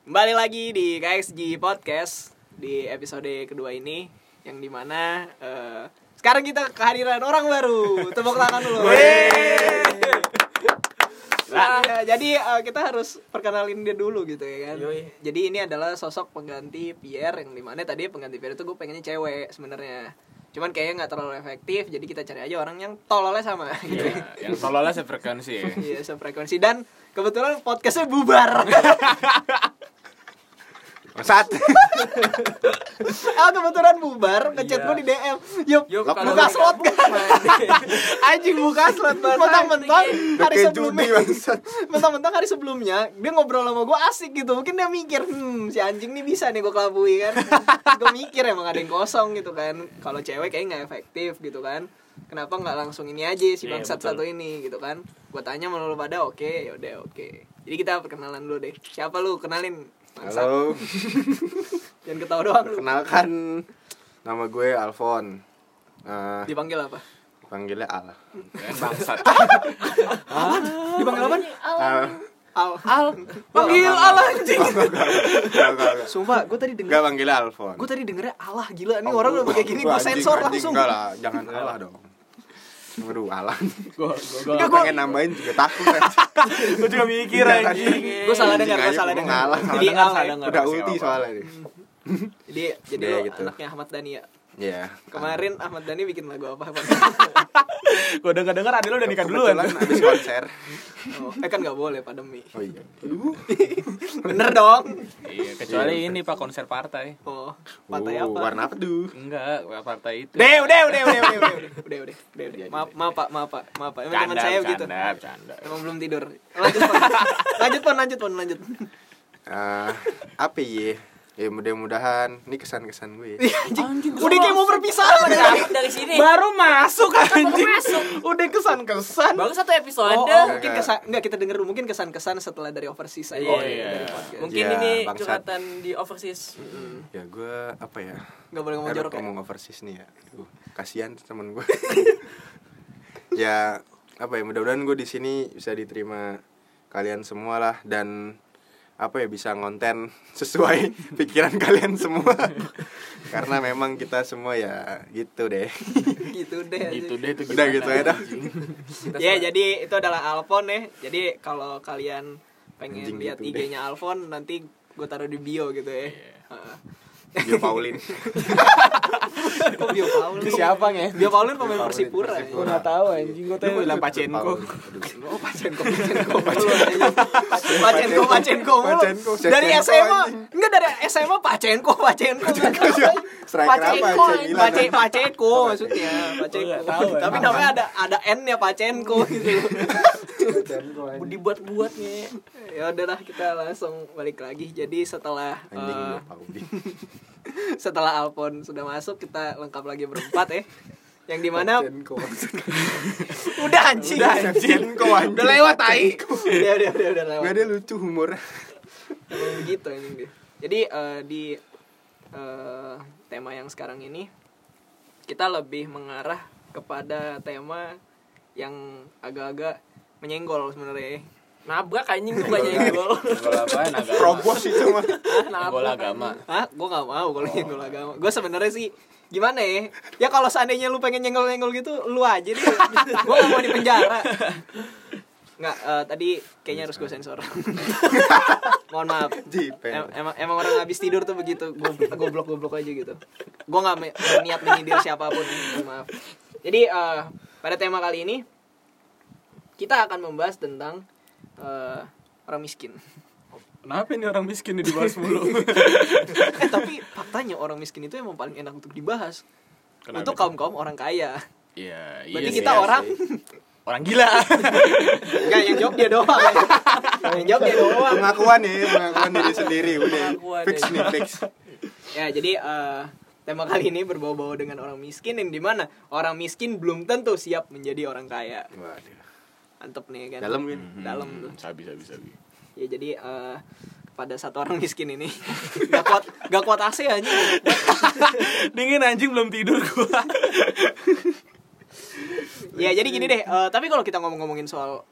Kembali lagi di KXG Podcast di episode kedua ini, yang dimana sekarang kita kehadiran orang baru. Tepuk tangan dulu. Ya, jadi kita harus perkenalin dia dulu gitu ya kan. Yoi. Jadi ini adalah sosok pengganti Pierre, yang dimana tadi pengganti Pierre itu gue pengennya cewek sebenarnya. Cuman kayaknya nggak terlalu efektif, jadi kita cari aja orang yang tololnya sama. Gitu. Yang tololnya sefrekuensi ya. Iya, sefrekuensi, dan kebetulan podcastnya bubar. Kebetulan bubar, ngechat gue di DM. Yuk buka slot kan. Anjing buka slot. Mentang-mentang hari sebelumnya dia ngobrol sama gue asik gitu. Mungkin dia mikir, si anjing nih bisa nih gue kelabui kan. Gue mikir emang ada yang kosong gitu kan. Kalau cewek kayaknya gak efektif gitu kan. Kenapa gak langsung ini aja si bangsat satu ini gitu kan. Gue tanya sama lu pada oke. Yaudah oke. Jadi kita perkenalan dulu deh. Siapa lu? Kenalin. Bangsat. Halo. Jangan ketawa doang lu. Kenalkan, nama gue Alfon. Dipanggil apa? Panggilnya Al. Bangsat. Dipanggil apa? Al. Panggil Allah anjing. Enggak. Sumpah, gue tadi denger. Enggak panggilnya Alfon. Gue tadi dengernya Allah, gila nih orang udah kayak gini gue sensor langsung. Enggak lah, jangan Allah dong. Waduh, Allah. Gue pengen nambahin juga takut kan. gue juga mikir anjing. Gue salah dengar. Ngalah. Jadi Al Udah ulti soalnya nih. Jadi Ya, lo gitu. anaknya Ahmad Dhani ya. Iya. Kemarin Ahmad Dhani bikin lagu apa? Gue denger adil lu udah nikah duluan. Kebetulan habis konser. Oh, kan nggak boleh pandemi. Oh iya. Bener dong. Iya, kecuali ini Pak konser partai. Oh, partai apa? Warna apa tuh? Enggak, partai itu. Udah. Maaf Pak. Emang teman saya begitu. Bercanda. Emang belum tidur. Lanjut pon. Apa ya? Ya mudah-mudahan ini kesan-kesan gue. Anjing, udah kayak mau berpisah dari sini. Baru masuk anjing. Masuk. Udah kesan-kesan. Baru satu episode. Mungkin kita denger dulu mungkin kesan-kesan setelah dari overseas aja. Oh, iya. Dari podcast. Mungkin Ya, ini bangsat. curhatan di overseas. Ya gue apa ya? Enggak boleh ngomong jorok ya. Ngomong overseas nih ya. Kasihan temen gue. Ya apa ya, mudah-mudahan gue di sini bisa diterima kalian semua lah, dan apa ya, bisa ngonten sesuai pikiran kalian semua. Karena memang kita semua ya gitu deh. Gitu deh Itu Udah gitu ya dah. Ya, jadi itu adalah Alfon ya. Jadi kalau kalian pengen Anjing lihat gitu IG-nya Alfon, nanti gue taruh di bio gitu ya. Bio Paulin. Kok bio Paulin? Itu siapa nge? Bio Paulin pemain Persipura. Gue nggak tahu anjing, gue tahu bilang Pacenko. Oh, Pacenko. Dari SMA. Enggak, dari SMA Pacenko. Striker apa? Pacenko maksudnya. Pacenko. Tapi namanya ada N-nya Pacenko gitu. Dibuat-buat nih. Ya udahlah, kita langsung balik lagi. Jadi setelah setelah Alfon sudah masuk, kita lengkap lagi berempat ya. Yang dimana udah anjing. Udah lewat tai. Udah lewat. Gak ada lucu humornya. Emang begitu anjing dia. Jadi di tema yang sekarang ini kita lebih mengarah kepada tema yang agak-agak menyenggol sebenarnya. Nabrak anjing tuh gak nyenggol. Nyenggol apaan? Agama. Probos itu mah. Nyenggol agama. Hah? Gue gak mau kalau nyenggol agama. Gue sebenarnya sih gimana ya? Ya kalau seandainya lu pengen nyenggol gitu, lu aja deh. Gue gak mau di penjara. Nggak, tadi kayaknya harus gue sensor. Mohon maaf. Emang orang habis tidur tuh begitu, goblok aja gitu. Gue gak berniat menyindir siapapun. Maaf. Jadi pada tema kali ini kita akan membahas tentang orang miskin. Kenapa ini orang miskin dibahas mulu? Tapi faktanya orang miskin itu emang paling enak untuk dibahas. Kenapa Untuk kaum orang kaya. Iya. Berarti Iya kita sih. orang gila. enggak, yang jawab dia doang. Yang jawab dia doang. Pengakuan diri sendiri udah. Fix. Ya, jadi tema kali ini berbau-bau dengan orang miskin, yang dimana orang miskin belum tentu siap menjadi orang kaya. Waduh. Mantep nih kan. Dalam kan? Dalam tuh. Sabi. Ya, jadi pada satu orang miskin ini gak kuat AC aja. Dingin anjing, belum tidur gua. Ya, jadi gini deh, tapi kalau kita ngomongin soal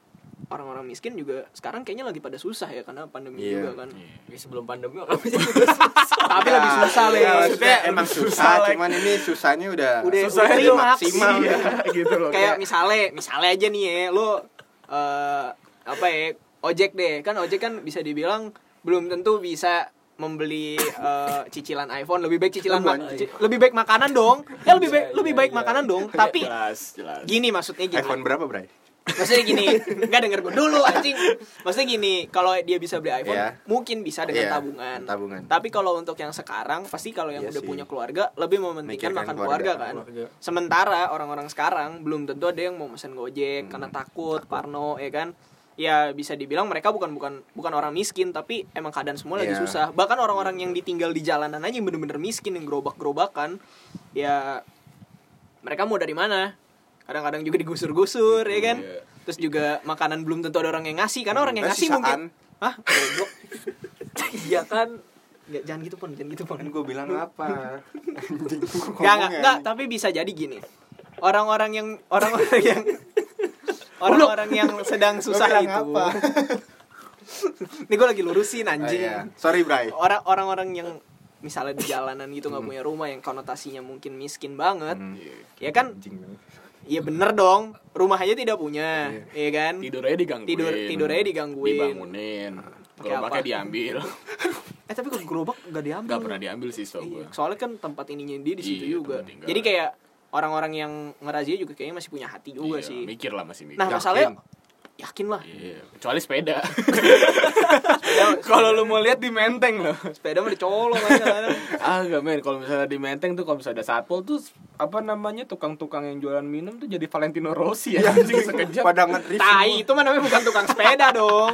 orang-orang miskin juga sekarang kayaknya lagi pada susah ya karena pandemi Iya. juga kan. Ya, sebelum pandemi orang bisa juga Tapi lebih susah Ya, Le. maksudnya emang susah, Like. cuman ini susahnya udah Susahnya udah maksimal iya, ya. gitu loh. Kayak misalnya aja nih ya, lo apa ya, ojek deh. Kan ojek kan bisa dibilang belum tentu bisa membeli cicilan iPhone, lebih baik lebih baik makanan dong. Ya lebih baik makanan dong. Tapi jelas. gini maksudnya gini. iPhone berapa, Bray? Maksudnya gini, enggak denger gue dulu anjing. Maksudnya gini, kalau dia bisa beli iPhone, Iya. mungkin bisa dengan Iya, tabungan. tabungan. Tapi kalau untuk yang sekarang, pasti kalau yang Iya udah sih. punya keluarga lebih mementingkan Mikirkan makan keluarga. keluarga kan. Sementara orang-orang sekarang belum tentu ada yang mau mesen Gojek karena takut, parno, ya kan. Ya bisa dibilang mereka bukan orang miskin, tapi emang keadaan semua lagi Iya. susah. Bahkan orang-orang yang ditinggal di jalanan aja yang bener-bener miskin, yang gerobak-gerobakan, ya mereka mau dari mana? Kadang-kadang juga digusur-gusur, ya kan. Iya. Terus juga makanan belum tentu ada orang yang ngasih, karena orang yang ngasih Sisaan. mungkin. Hah? Goblok. iya kan. Nggak, jangan gitu pun. Kan gue bilang apa? Enggak, tapi bisa jadi gini. Orang-orang yang sedang susah bilang itu. apa? Ini gue lagi lurusin anjing. Iya. Sorry, Bray. Orang-orang yang misalnya di jalanan gitu nggak punya rumah, yang konotasinya mungkin miskin banget. Ya kan? Iya bener dong. Rumah aja tidak punya, ya kan? Tidurnya digangguin. Tidurnya digangguin. Dibangunin. Pakai Gerobaknya apa? diambil. Tapi kalau gerobak nggak diambil. Gak pernah diambil sih so Iya, gue. soalnya kan tempat ininya dia di situ Iya, juga. tempat tinggal. Jadi kayak orang-orang yang ngerazia juga kayaknya masih punya hati juga Iya, sih. mikir lah, masih mikir. Nah, masalahnya yakin lah. Iya, kecuali sepeda. Kalau lu mau lihat di Menteng loh. Sepeda mah dicolong aja. Agak men, kalau misalnya di Menteng tuh kalau misalnya ada satpol tuh apa namanya tukang-tukang yang jualan minum tuh jadi Valentino Rossi ya anjing sekejap. Pada nge-trip Tai, itu mah namanya bukan tukang sepeda dong.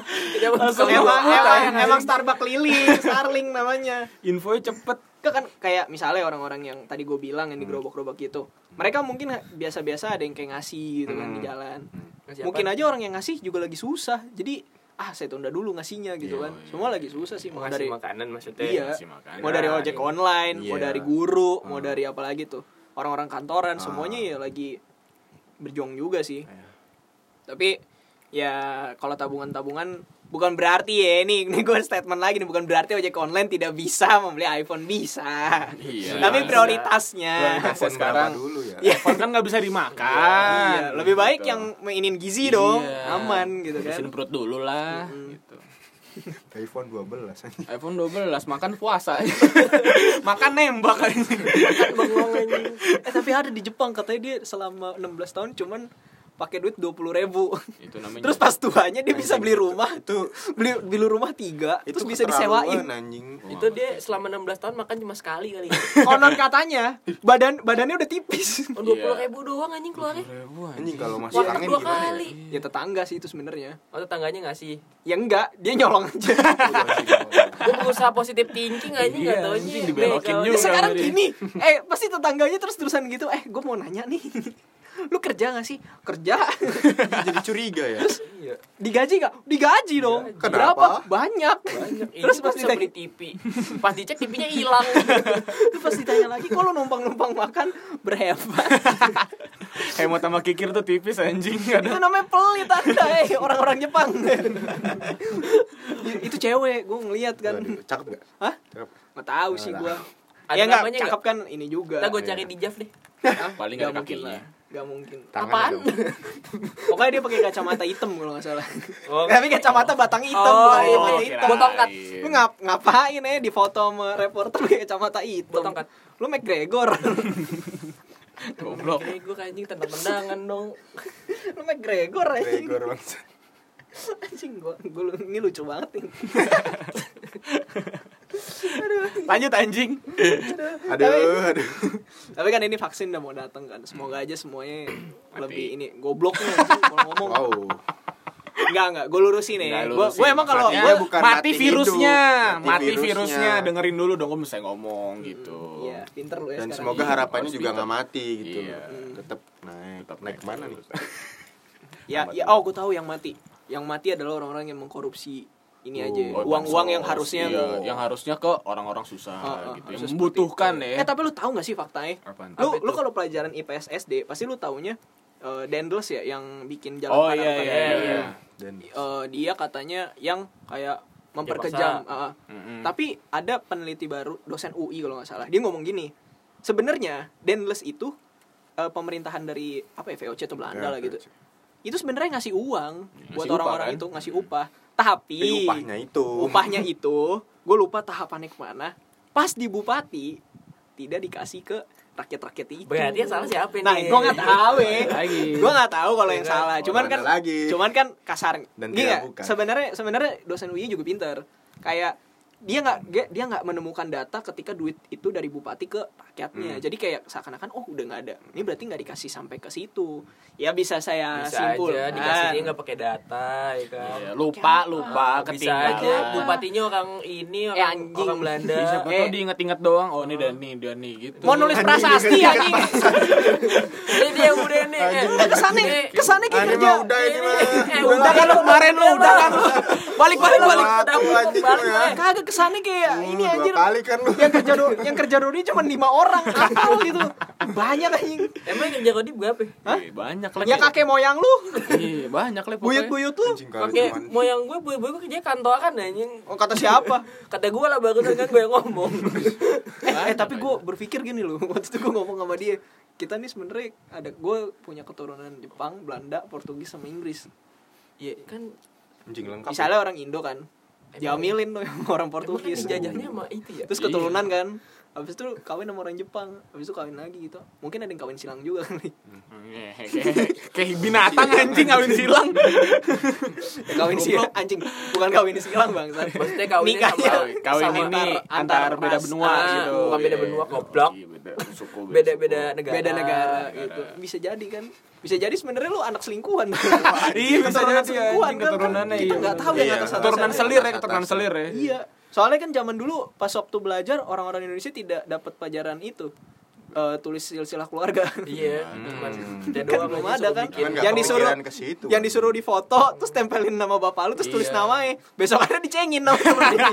Emang Starbucks Lili, Starling namanya. Infonya cepet. Kan kayak misalnya orang-orang yang tadi gue bilang yang digerobak-gerobak gitu. Mereka mungkin biasa-biasa ada yang kayak ngasih gitu kan di jalan. Mungkin aja orang yang ngasih juga lagi susah. Jadi saya tunda dulu ngasihnya gitu kan. Semua lagi susah sih, mau dari makanan maksudnya. iya, ngasih makanan. mau dari ojek online, mau Iya. dari guru, mau dari apa lagi tuh orang-orang kantoran, semuanya ya lagi berjuang juga sih. Tapi ya kalau tabungan bukan berarti ya ini gue statement lagi nih, bukan berarti ojek online tidak bisa membeli iPhone, bisa. Iya. Tapi prioritasnya iPhone sekarang dulu ya. ya iPhone kan nggak bisa dimakan. iya, lebih baik Gitu. yang mainin gizi dong, Iya. aman gitu kan. Bersihin perut dulu lah gitu. iPhone 12 aja. iPhone 12 makan puasa. Makan nembak aja. Bengong anjing. Tapi ada di Jepang katanya dia selama 16 tahun cuman pakai duit 20.000. Itu namanya. Terus pas tuanya dia bisa beli rumah. Itu beli rumah 3, terus bisa keterlaluan, disewain. anjing. Itu dia selama 16 tahun makan cuma sekali kali. Konon katanya badannya udah tipis. Oh, 20.000 doang anjing keluarnya. Anjing kalau masuk Makan angin 2 gimana ya? kali. Ya tetangga sih itu sebenarnya. Oh, tetangganya ngasih. Ya enggak, dia nyolong aja. Gue berusaha positif thinking anjing Iya, enggak taunya. anjing dibelokin begal. juga. Ya sekarang sama dia. gini, pasti tetangganya terus-terusan gitu. Gue mau nanya nih. Lu kerja gak sih? Kerja. Jadi curiga ya. Digaji gak? Digaji dong. Kenapa? Berapa? Banyak. Ini Terus pas pas bisa beli TV. Pas dicek TV-nya hilang. Terus pas ditanya lagi, kok lu numpang-numpang makan berhebat? Kayak mau tambah kikir tuh tipis anjing. Itu namanya pelit Anda, orang-orang Jepang. Itu cewek, gue ngeliat kan. Waduh, cakep gak? Hah? Cakep. Nggak tahu sih gue. Ada Ya nggak, namanya cakep kan ini juga. Ntar gue cari di Jav deh. Paling Nggak ada mungkin kakinya. lah. Gak mungkin. Tangannya Apaan? dong. Pokoknya dia pakai kacamata hitam kalau nggak salah. Oh. Tapi kacamata batang hitam, Oh, bukan iya, kacamata iya. hitam. Gua tongkat. Lu ngapain di foto sama reporter pakai kacamata hitam? Gua tongkat. Lu McGregor. Goblok. Gue anjing tendang-tendangan dong. Lu McGregor anjing. Gregor bangsa. Anjing gua ini lucu banget nih. Lanjut anjing. Aduh. Tapi kan ini vaksin udah mau datang kan. Semoga aja semuanya lebih ini gobloknya anjing kalau ngomong. Wow. Enggak, gue lurusin nih. Nggak Gue emang kalau Maksudnya, Gua bukan mati mati virusnya, hidup. mati Mati virusnya. virusnya. Dengerin dulu dong, gue bisa ngomong gitu. iya, pinter lu ya Dan sekarang. semoga harapannya juga nggak mati gitu. Iya. Tetap naik. Tetap Naik kemana nih? Ya, gue tahu yang mati. Yang mati adalah orang-orang yang mengkorupsi ini aja. Oh, Uang-uang yang bansos. harusnya Iya, yang harusnya ke orang-orang susah gitu. harusnya Yang membutuhkan ya. Tapi lu tahu gak sih faktanya? Apaan? Lu kalau pelajaran IPS SD pasti lu taunya Dendles ya yang bikin jalan Oh kanan iya kan. iya iya. Dan Dia katanya yang kayak memperkejam. Tapi ada peneliti baru, dosen UI kalau nggak salah, dia ngomong gini, sebenarnya Dendles itu pemerintahan dari apa ya, VOC atau Belanda lah gitu. Itu sebenarnya ngasih uang buat upah, orang-orang kan? itu, ngasih upah. Tapi upahnya itu gue lupa tahapannya kemana. Pas di bupati tidak dikasih ke rakyat-rakyat itu. Berarti yang salah siapa nih? Nah, gue nggak tahu ya. Lagi. Gue nggak tahu kalau yang salah. Cuman kan, lagi. kasar. Dan Gini tidak nggak? bukan. Sebenarnya dosen UI juga pinter. Kayak dia nggak menemukan data ketika duit itu dari bupati ke rakyatnya. Jadi kayak seakan-akan udah nggak ada. Ini berarti nggak dikasih sampai ke situ. Ya bisa saya simpul. aja dikasihnya nggak pakai data ya kan. Iya, lupa Bisa ketinggalan. aja bupatinya orang ini anjing. orang Belanda. Siapa tahu diinget-inget doang. Oh, ini Dani gitu. Mau nulis prasasti anjing. Ini dia udah nih. Kesannya kayak Ini kerja. mah udah ini mah. Udah kan lu kemarin lu udah kan. Balik. Anjing lu ya. Kagak kesannya kayak ini anjir. 2 kali kan lu. Yang kerja doni cuma 5 orang apa gitu. Banyak anjing. Emang yang jago di berapa? Banyak lah. Ya kakek moyang lu. Iya, banyak lah pokoknya. Buyut-buyut lu. Anjing kalau Pakai cuman moyang gue kerja kantoran anjing. Oh, kata siapa? Kata gue lah barusan kan gue yang ngomong. Tapi gue berpikir gini loh. Waktu itu gue ngomong sama dia, kita nih sebenarnya gue punya keturunan Jepang, Belanda, Portugis sama Inggris. Iya kan anjing lengkap. Misalnya orang Indo kan, diamilin tuh sama orang Portugis. jajahnya sama itu ya. Terus keturunan kan. Habis itu kawin sama orang Jepang, habis itu kawin lagi gitu. Mungkin ada yang kawin silang juga kali. Kayak binatang anjing kawin silang. Kawin silang anjing, bukan kawin silang Bang. Maksudnya kawinnya Nikahnya Kawin sama ini antar beda ras. benua gitu. Bukan beda benua, goblok. Iya, beda suku. Beda-beda negara. Beda negara gitu. Bisa jadi kan. Bisa jadi sebenarnya lu anak selingkuhan. Iya, bisa Keturunan jadi selingkuhan anjing kan. keturunannya. Kita enggak tahu yang atas Keturunan selir ya, keturunan selir ya. Iya. Soalnya kan zaman dulu pas waktu belajar orang-orang Indonesia tidak dapat pelajaran itu. Tulis silsilah keluarga. Iya, kita Kan doang belum aja ada suruh kan. bikin. Kan nggak Yang disuruh kepikiran ke situ, yang kan. disuruh difoto terus tempelin nama bapak lu terus tulis Iya. namanya. Besok ada dicengin namanya.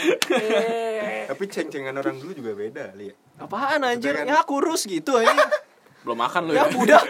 Tapi ceng-cengan orang dulu juga beda kali ya. Apaan anjir? Kan- Ya kurus gitu anjing. Belum makan lu Ya ya. budak.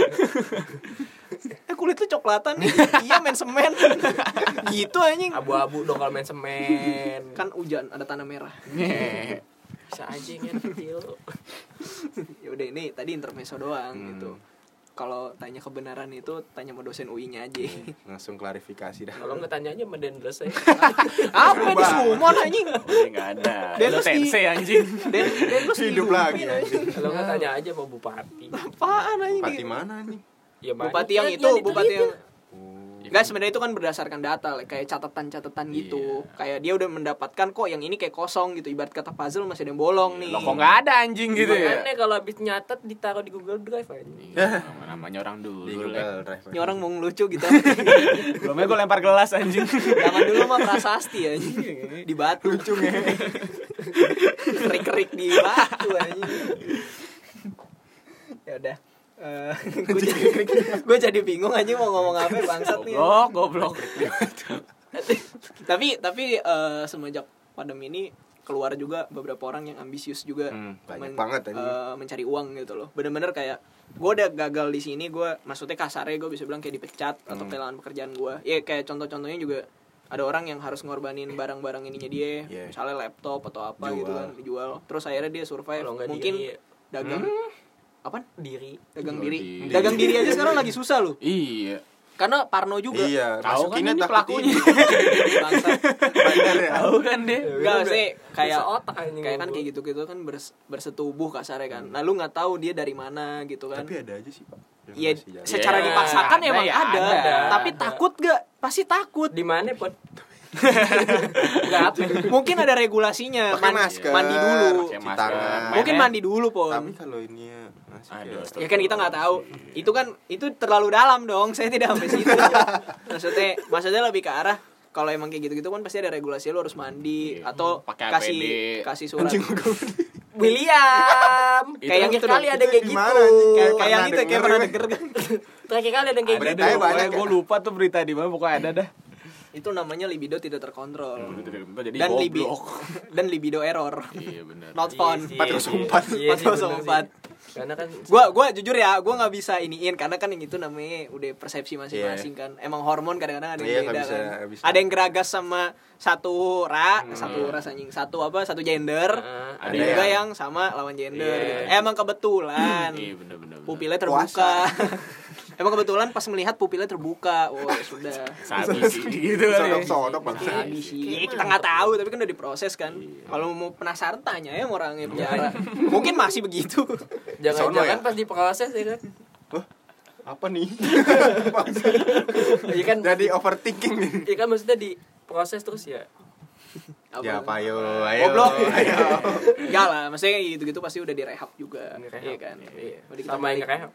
Kulit lu coklatan nih. Iya main semen. Gitu anjing. Abu-abu dong kalau main semen. Kan hujan ada tanah merah. Bisa aja yang kecil. Ya udah ini tadi intermezzo doang gitu. Kalau tanya kebenaran itu tanya sama dosen UI-nya aja. Langsung klarifikasi dah. Kalau nggak tanya aja sama Dendles ya. Apa di Sumon anjing? Oh, enggak ada. Denlos Lu di- tense anjing. Dan lu Hidup lagi anjing. Kalau nggak tanya aja sama bupati. Apaan anjing? Bupati mana anjing? Ya, Bupati yang itu, bupati yang Enggak, sebenarnya itu kan berdasarkan data, kayak catatan-catatan gitu. Kayak dia udah mendapatkan kok yang ini kayak kosong gitu. Ibarat kata puzzle masih ada yang bolong nih. Lo kok enggak ada anjing gitu ya? Makanya kalau habis nyatet ditaruh di Google Drive aja. Namanya orang dulu. Di Lek. Google Drive. Ini orang mau ngelucu gitu. Belumnya gue lempar gelas anjing. Zaman dulu mah prasasti anjing. Di batu. Lucu nge. Kerik-kerik di batu anjing. Ya udah. Gue jadi bingung aja mau ngomong apa bangsat nih. Goblok. Tapi semenjak pandemi ini keluar juga beberapa orang yang ambisius juga banyak banget aja. mencari uang gitu loh. Bener-bener kayak gue udah gagal di sini, gue maksudnya kasarnya gue bisa bilang kayak dipecat atau kehilangan pekerjaan gue. Ya kayak contoh-contohnya juga ada orang yang harus ngorbanin barang-barang ininya dia, misalnya laptop atau apa gitu kan dijual. Terus akhirnya dia survive, Kalau nggak mungkin dia- dagang apaan? Diri. Dagang diri. Diri. Dagang diri aja sekarang lagi susah loh. Iya. Karena Parno juga. Iya, Tahu kan masukinnya ini takut pelakunya. ini. Bangsat. Bener ya. Tahu kan deh. Enggak sih kayak Seotak anjing kayak kan gua. kayak gitu-gitu kan bersetubuh kasarnya kan. Nah lu nggak tahu dia dari mana gitu kan. Tapi ada aja sih, Pak. Yang Iya, masih jalan. secara Ya, dipaksakan ada emang ya, ada. ada. Tapi takut gak? Pasti takut. Di mana, Pon? Enggak apa. Mungkin ada regulasinya. Pakai masker. Mandi dulu. Pakai Cuci masker. tangan. Mungkin mandi dulu, Pon. Tapi kalau ini ya masih Aduh, kayak- Ya kan kita nggak tahu. Itu kan itu terlalu dalam dong. Saya tidak sampai situ. Maksudnya lebih ke arah kalau emang kayak gitu-gitu kan pasti ada regulasi lu harus mandi atau Pakai kasih surat. Anjing gua William. Kayak yang gitu kali dong. ada kayak gitu. Gimana, anjing? Kayak Pernah yang itu kayak denger pernah gue. denger kan. Terakhir kali ada yang kayak Ada gitu. deh, banyak Gue lupa tuh berita di mana, pokoknya ada dah. Itu namanya libido tidak terkontrol. Jadi Dan goblok. dan libido error. Iya benar. Not found. Iya sih. 404. Iya sih, bener 404. Karena kan Gua jujur ya, gua nggak bisa iniin karena kan yang itu namanya udah persepsi masing-masing kan. Emang hormon kadang-kadang ada yang beda kan. Ada yang geragas sama satu ras anjing, satu gender. Ada juga yang sama lawan gender gitu. Emang kebetulan. Iya bener-bener. Pupilnya terbuka. Emang kebetulan pas melihat pupilnya terbuka. Oh, ya sudah. Sabi sih gitu kali. Sodok bang. Sabi sih. Kita nggak tahu tapi kan udah diproses kan. Kalau mau penasaran tanya ya sama orangnya penjara. Mungkin masih begitu. jangan-jangan pas diproses ya kan. Wah, apa nih? Iya kan. Jadi overthinking nih. Iya kan maksudnya diproses terus ya. Ya apa ayo. Goblok. Enggak lah, maksudnya gitu-gitu pasti udah direhab juga. Direhab. Iya kan. Iya. Mari kita Sama yang rehab.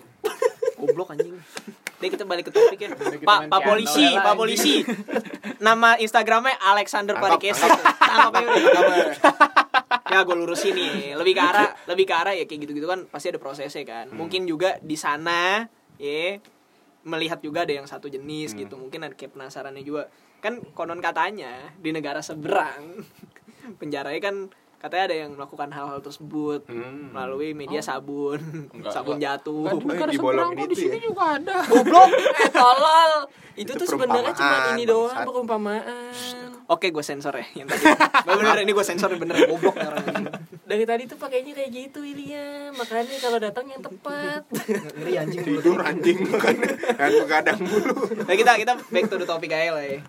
Goblok anjing. Deh kita balik ke topik ya. Pak polisi. Nama Instagramnya Alexander Parikesi. Tangkap aja udah. Ya gue lurusin nih. Lebih ke arah ya kayak gitu-gitu kan pasti ada prosesnya kan. Mungkin juga di sana ya melihat juga ada yang satu jenis gitu. Mungkin ada kayak penasarannya juga. Kan konon katanya di negara seberang penjaranya kan katanya ada yang melakukan hal-hal tersebut melalui media sabun, sabun jatuh. Negara dibolongin seberang kok itu di sini ya? juga ada. Goblok. Tolol. Itu tuh sebenarnya perumpamaan, cuma ini doang, bangsat. perumpamaan. Oke, gue sensor ya yang tadi. Bener ini gue sensor bener goblok nih orang ini. Dari tadi tuh pakainya kayak gitu Ilya. Makanya kalau datang yang tepat. Ngeri anjing dulu. Tidur anjing kan begadang mulu. Nah, kita back to the topic aja lah ya.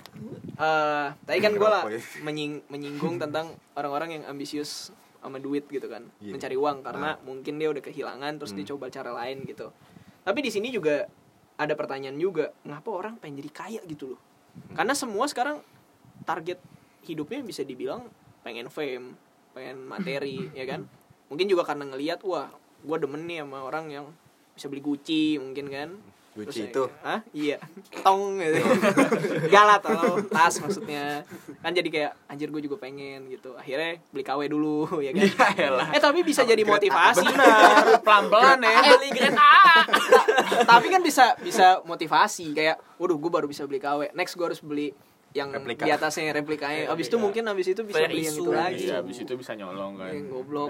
Tadi kan gue lah Apa ya? menyinggung tentang orang-orang yang ambisius sama duit gitu kan, Iya. mencari uang karena mungkin dia udah kehilangan terus dia coba cara lain gitu. Tapi di sini juga ada pertanyaan juga, ngapa orang pengen jadi kaya gitu loh? Karena semua sekarang target hidupnya bisa dibilang pengen fame, pengen materi, ya kan? Mungkin juga karena ngelihat, wah, gue demen nih sama orang yang bisa beli Gucci mungkin kan. Gucci Terus itu? hah? Iya. Tong gitu. Galat atau tas maksudnya. Kan jadi kayak anjir gue juga pengen gitu. Akhirnya beli KW dulu ya kan. Tapi bisa jadi motivasi. Benar, pelan-pelan ya. Beli grade A. Tapi kan bisa motivasi kayak waduh gue baru bisa beli KW. Next gue harus beli yang Replika. di atasnya replikanya. Abis itu mungkin abis itu bisa Banyak beli yang isu. itu lagi. Iya, habis itu bisa nyolong kan. Goblok.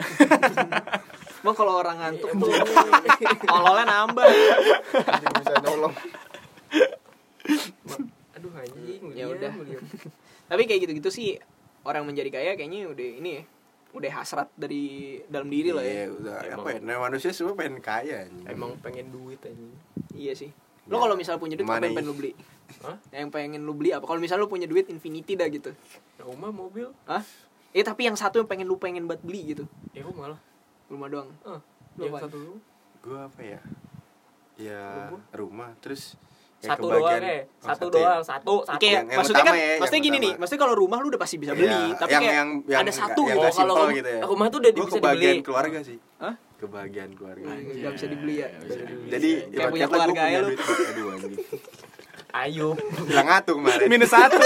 Emang kalau orang ngantuk tuh ololnya nambah. Bisa nolong. Aduh anjing. Ya William, udah. William. Tapi kayak gitu-gitu sih orang menjadi kaya kayaknya udah ini ya. Udah hasrat dari dalam diri lah ya. Iya, udah Emang. apa ya? Nah, manusia semua pengen kaya anjing. Emang pengen duit anjing. Iya sih. Lo kalau misalnya punya duit apa Money. yang pengen lo beli? Hah? Yang pengen lo beli apa? Kalau misalnya lo punya duit infinity dah gitu. Rumah, mobil, Hah? Tapi yang satu yang pengen buat beli gitu. rumah lah. Rumah doang. Lu Yang apaan? satu dulu. Gua apa ya? Ya rumah terus ya Satu kebagian- doang ya. Oh, Satu ya? doang, satu. Kayak Yang maksudnya utama kan ya, yang maksudnya gini utama. nih, maksudnya kalau rumah lu udah pasti bisa beli, Iya, tapi yang- kayak yang ada satu yang gitu. gak kalau simple rumah- gitu ya. rumah tuh udah Gua bisa kebagian dibeli. keluarga sih. Hah? Kebagian keluarga. Enggak bisa dibeli ya. Jadi Kayak punya ibarat kata gua keluarga ya lu. duit. Aduh anjing. Ayo. Bilang ngatu kemarin. -1.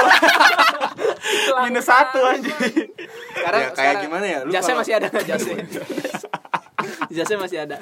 -1 anjing. Ya, kayak gimana ya? Lu Jasnya kalau- masih ada nggak jasnya? Jasnya masih ada.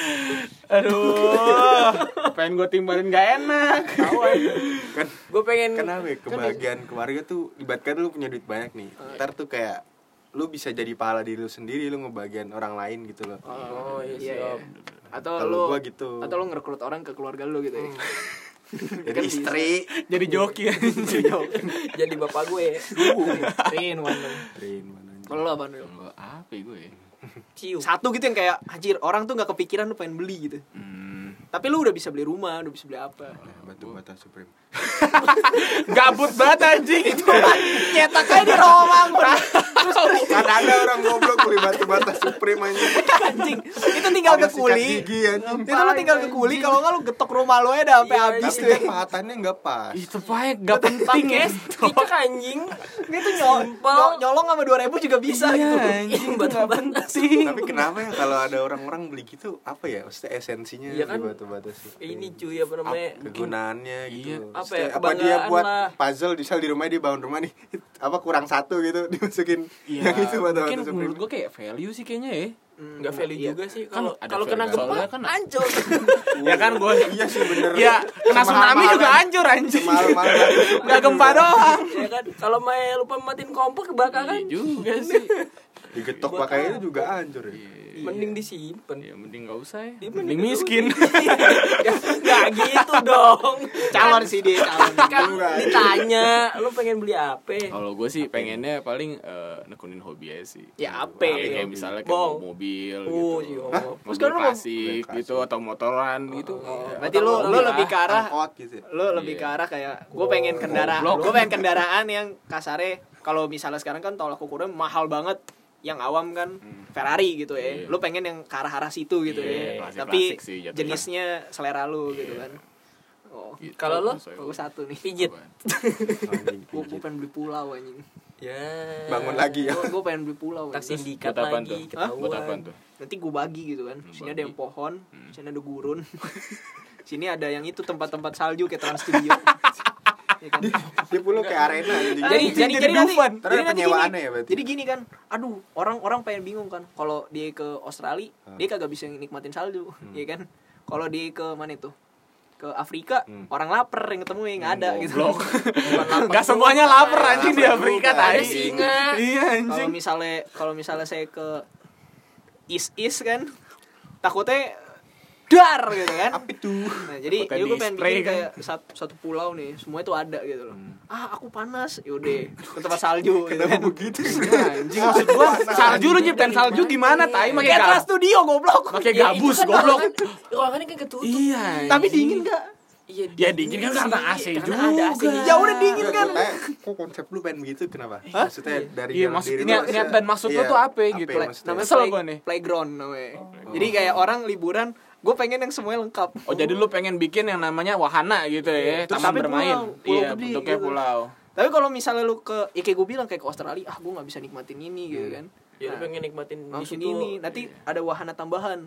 Aduh. Pengen gue timbalin gak enak. Kan Gue pengen kenapa ya? Kebagian keluarga tuh ibaratkan lu punya duit banyak nih. Ntar tuh kayak lu bisa jadi pahala diri lu sendiri, lu ngebagian orang lain gitu loh. Oh iya Iya. siap. Atau Kalau lu gua gitu. Atau lu ngerekrut orang ke keluarga lu gitu ya. Jadi Kan istri. Jadi joki Jadi bapak gue. Rin one. Rin, mana anjing. Kalau lu apa dulu? Apa ya gue? Cium. Satu gitu yang kayak anjir, orang tuh enggak kepikiran lu pengen beli gitu. Tapi lu udah bisa beli rumah, udah bisa beli apa. Batu bata Supreme. Gabut banget anjing. Nyetak aja di Romang. Kan ada orang goblok beli batu bata Supreme anjing. Anjing. Itu tinggal ke Sama sikat kuli. gigi anjing. Itu lu tinggal ke kuli, kalau enggak lu getok rumah lu aja dah sampai habis Tapi tuh. kan pahatannya enggak pas. Itu pakai gak penting ya. Cicak anjing. Gitu Simpel. nyolong sama 2.000 juga bisa gitu. Anjing Batu gak bata. penting. Tapi kenapa ya kalau ada orang-orang beli gitu apa ya? Maksudnya esensinya Iya kan? di batu bata Supreme. Ini cuy apa namanya? Kegunaannya gitu. Iya. Apa Maksudnya ya, apa dia kebanggaan buat lah. puzzle misal di rumah dia bangun rumah nih apa kurang satu gitu dimasukin yang itu batu mungkin bata menurut Supreme. gue kayak value sih kayaknya ya. Enggak value Iya. juga sih. Kan Kalau ada kalau kena value. gempa Soalnya kan- hancur. Ya kan gue. Iya sih bener. Ya kena tsunami juga hancur anjing. Mahal-mahal. Gak gempa doang. Ya kan kalau lupa matiin kompor kebakaran. Iya juga sih. Digetok pakai itu juga hancur ya. Mending disimpan. Ya mending enggak usah ya. Dia Mending miskin. Gak gitu dong. Calon sih dia, calon. Kan ditanya, lu pengen beli apa? Kalau gue sih pengennya paling nekunin hobi aja sih. Ya apa? Kayak misalnya kayak Bong. mobil Oh, gitu. iya. Mobil Sekarang mau- klasik gitu atau motoran gitu. Berarti lu lebih ke arah Angkot gitu. lu lebih ke arah kayak gue pengen kendaraan yang kasarnya kalau misalnya sekarang kan tolak ukurnya mahal banget yang awam kan Ferrari gitu ya. Iya. Lu pengen yang ke arah situ gitu Iya, ya. klasik-klasik Tapi sih jatuhnya. jenisnya selera lu gitu kan. Oh, Gitu. Kalau lu? gue satu nih. Pijit. Gue pengen beli pulau anjing. Ya. Bangun lagi ya. Gue pengen beli pulau. Tak anjing. sindikat Buat apaan lagi, tuh? ketahuan. Buat apaan tuh? Nanti gue bagi gitu kan. Sini ada yang pohon, sini ada gurun. Sini ada yang itu tempat-tempat salju kayak Trans Studio. Ya kan? Dia pulau kayak arena gitu. jadi nanti Dufan. Terus ada nanti penyewaannya gini. ya berarti? Jadi gini kan, aduh orang pengen bingung kan, kalau dia ke Australia dia kagak bisa nikmatin salju, ya kan? Kalau dia ke mana itu? Ke Afrika, orang lapar yang ketemu yang nggak ada gitu. Enggak semuanya lapar anjing di lapar Afrika juga. tadi. Ada singa. Iya anjing. Kalau misalnya saya ke East kan, takutnya dar gitu kan. Apa tuh? Nah, jadi Takutnya gue pengen di-spray bikin kan. kayak satu pulau nih, semua itu ada gitu loh. Aku panas, yaudah ke tempat salju gitu kan. Begitu. Anjing maksud gua salju lu nyiptain salju gimana tai pakai Kayak Trans gabus. Studio goblok. Pakai Ya, gabus itu kan goblok. ruangannya kan ketutup. Iya. Tapi dingin gak? Iya, Ya dingin kan karena AC karena ada AC. juga. Ya udah dingin kan. Kok konsep lu pengen begitu kenapa? Maksudnya dari Iya, dalam maksud diri lu niat dan maksud lu iya, tuh apa gitu? maksudnya? Namanya Kesel gua nih. playground namanya. Jadi kayak orang liburan, gue pengen yang semuanya lengkap. Oh jadi lu pengen bikin yang namanya wahana gitu ya, Terus taman tapi bermain. pulau Iya, gede bentuknya gitu. pulau. Tapi kalau misalnya lu ke, ya kayak gue bilang kayak ke Australia, gue nggak bisa nikmatin ini gitu kan. Ya lu pengen nikmatin di Langsung situ. ini, nanti ada wahana tambahan.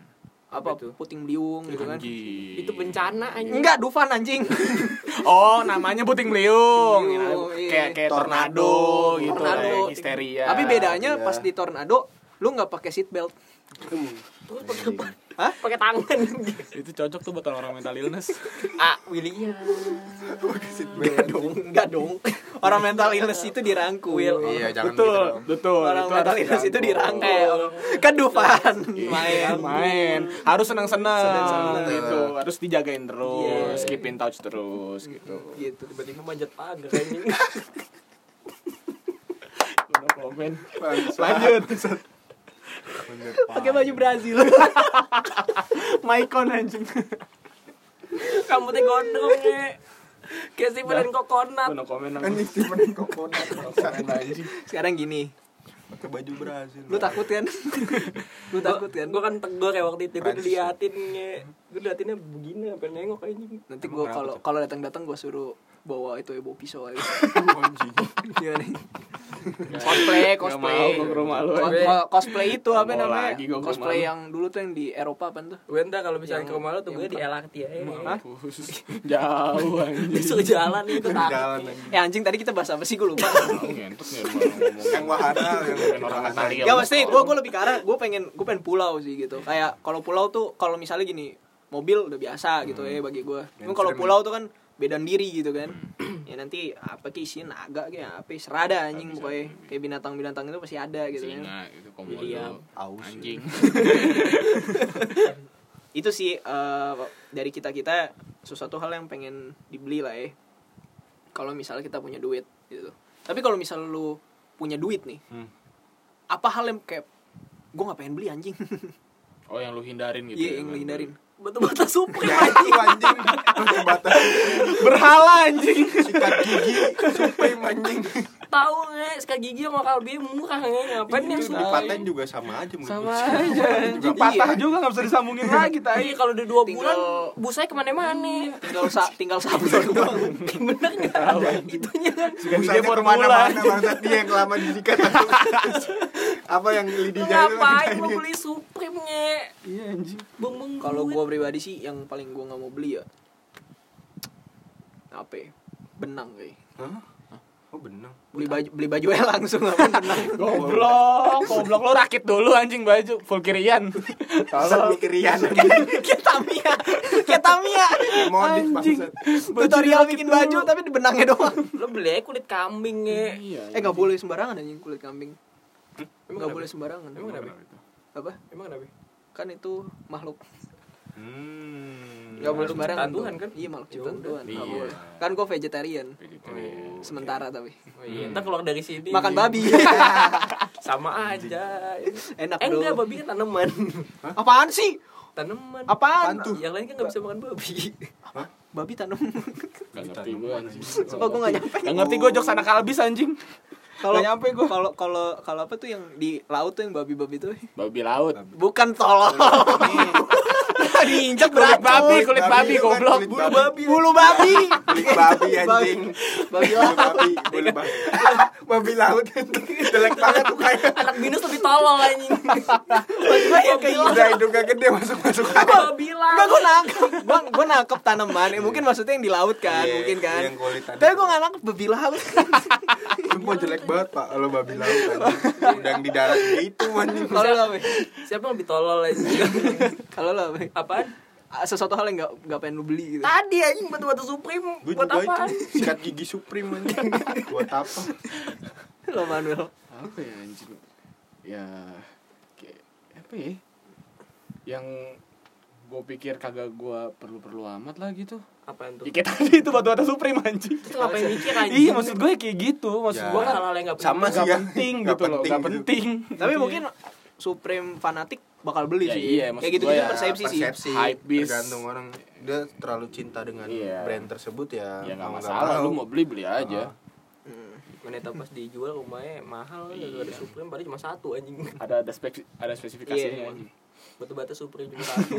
Apa itu? puting beliung gitu kan. Anjing. Itu bencana anjing. Enggak, Dufan anjing. Oh, namanya puting beliung. Beliung, iya. Kayak Tornado. tornado gitu, Tornado. kayak histeria. Tapi bedanya iya. pas di tornado lu nggak pakai seat belt. Terus pakai apa? Hah? Pakai tangan. itu cocok tuh buat orang mental illness. William. Enggak dong. Orang mental illness itu dirangkul. Iya, jangan Betul, gitu dong. betul. Orang Itu mental harus illness itu dirangkul. dirangkul. Kan Dufan main. Harus seneng-seneng Seneng-seneng. gitu. Harus dijagain terus, Iya. keep in touch terus gitu. gitu. Tiba-tiba manjat pagar anjing. Udah komen. Lanjut. Pakai baju Brazil. Maicon anjing. Rambutnya gondrong ya. Kayak si dan kokonat. No komen Anjing Steven Kokonat. anjing. Sekarang gini, Pakai baju Brazil. lu takut kan? Lu takut kan? Gue kan tegur ya waktu itu. Gue Prancis. diliatin ya. Gue liatinnya begini sampai nengok anjing. Nanti gua kalau datang-datang gua suruh bawa itu ya, bawa pisau aja. Anjing. Gimana nih? Cosplay. Gak mau gua ke rumah lu. Cosplay itu apa Mau namanya? lagi gua ke Cosplay rumah yang dulu tuh yang di Eropa apa tuh? Gue ntar kalau misalnya ke rumah lo tuh gue di LRT ya. Hah? Jauh anjing. Disuruh jalan itu takut. Jalan anjing. Anjing tadi kita bahas apa sih, gua lupa. Ngentot nih rumah ngomong. Yang wahana yang orang mental illness. Ya pasti gue lebih ke arah gue pengen pulau sih gitu. Kayak kalau pulau tuh kalau misalnya gini, mobil udah biasa gitu ya bagi gue. Cuma kalau pulau tuh kan bedan diri gitu kan. Ya nanti apa ki isinya naga kayak apa serada anjing pokoknya. Kayak binatang-binatang itu pasti ada gitu kan. Singa itu komodo. William. aus. Anjing. Itu sih dari kita sesuatu hal yang pengen dibeli lah ya. Kalau misalnya kita punya duit gitu. Tapi kalau misalnya lu punya duit nih, apa hal yang kayak gue nggak pengen beli anjing? Oh yang lu hindarin gitu. Iya, ya, yang lu Bang? hindarin. Batu-bata Supreme Ya anjing. itu anjing. Batas Berhala anjing. sikat gigi Supreme anjing. Tahu nggak? Sikat gigi sama kalbi murah nggak? Ngapain yang Di paten juga sama aja menurut Sama gua. aja anjing. Patah juga gak bisa disambungin lagi tai. Iya kalau udah 2 Tinggal- bulan busanya kemana-mana. tinggal sabun doang. Bener nggak? Tahu. Itunya kan. Sikat gigi Busanya formula. kemana-mana bangsat dia yang lama disikat. Apa yang lidahnya itu Ngapain kita mau ini. beli Supreme nge? Iya anjing. Beng-beng Kalau duit. gue pribadi sih yang paling gue nggak mau beli ya apa ya? Benang kayak Hah? Oh benang. beli baju ya langsung apa benang. Goblok lo rakit dulu anjing baju full kirian. Kalau mikirian Kayak Tamiya modif bangsat. tutorial bikin baju tapi di benangnya doang. Lo beli aja kulit kambing nge. Iya. Nggak boleh sembarangan anjing kulit kambing. Emang Nggak kenapa? boleh sembarangan. Emang kenapa? Apa? Emang kenapa? Kan itu makhluk. Nggak boleh makhluk sembarangan ciptaan Tuhan kan? Iya, makhluk Ya ciptaan udah. Tuhan. Nggak Iya. boleh. Kan gue vegetarian. Vegetarian. Sementara tapi Oh iya, ntar keluar dari sini makan babi. sama aja. Enak Enggak, dong. babi kan tanaman. Apaan sih? Tanaman. Apaan? Yang lain kan nggak bisa makan babi. Babi tanam. Gak ngerti gue anjing. Sumpah gue gak nyampe. Gak ngerti gue jokes anak kalbis anjing. Kalau Nggak nyampe gua. Kalau apa tuh yang di laut tuh yang babi-babi tuh? Babi laut. Bukan tolol. Diinjak Kulit berat. babi, kulit babi itu kan goblok. kulit Bulu babi. Bulu babi. Kulit babi anjing. Babi Bulu laut. babi, bulu babi. Babi laut itu jelek banget tuh kayak. Anak binus lebih tolol anjing. Gue ya kayak Udah hidungnya gede masuk-masuk aja. Babi lah. Enggak, gue nangkep tanaman. Mungkin maksudnya yang di laut kan, Iya, mungkin kan. yang kulit tadi. Tapi gue gak nangkep babi laut. Semua jelek banget pak kalau babi laut anjing. Udah yang di darat gitu anjing. Kalau lo apa? Siapa yang lebih tolol anjing? Kalau lo apa? Apaan? Sesuatu hal yang gak pengen lu beli gitu. Tadi anjing batu-batu Supreme. Gue Buat juga apaan? itu sikat gigi Supreme anjing. Buat apa? Lo Manuel. Apa ya anjing? Ya kayak apa ya? Yang gue pikir kagak gue perlu amat lah gitu. Apaan tuh? Ya kayak tadi itu batu-batu Supreme anjing. Itu ngapain mikir anjing? Iya maksud gue kayak gitu. Maksud Ya. gue kan hal-hal yang nggak Sama gak sih ya. penting Nggak gitu loh. Gak gitu. penting. Tapi Iya. mungkin Supreme fanatik bakal beli Ya sih. iya, maksud Kayak gitu gua gitu ya, persepsi sih. Persepsi Hype beast. tergantung orang. Dia terlalu cinta dengan Iya. brand tersebut ya. Ya nggak mau masalah. Lu mau beli aja. Ternyata pas dijual rumahnya mahal kan, gak ada Supreme, padahal cuma satu anjing. Ada spesifikasinya Iya. anjing. Batu-batu Supreme cuma satu.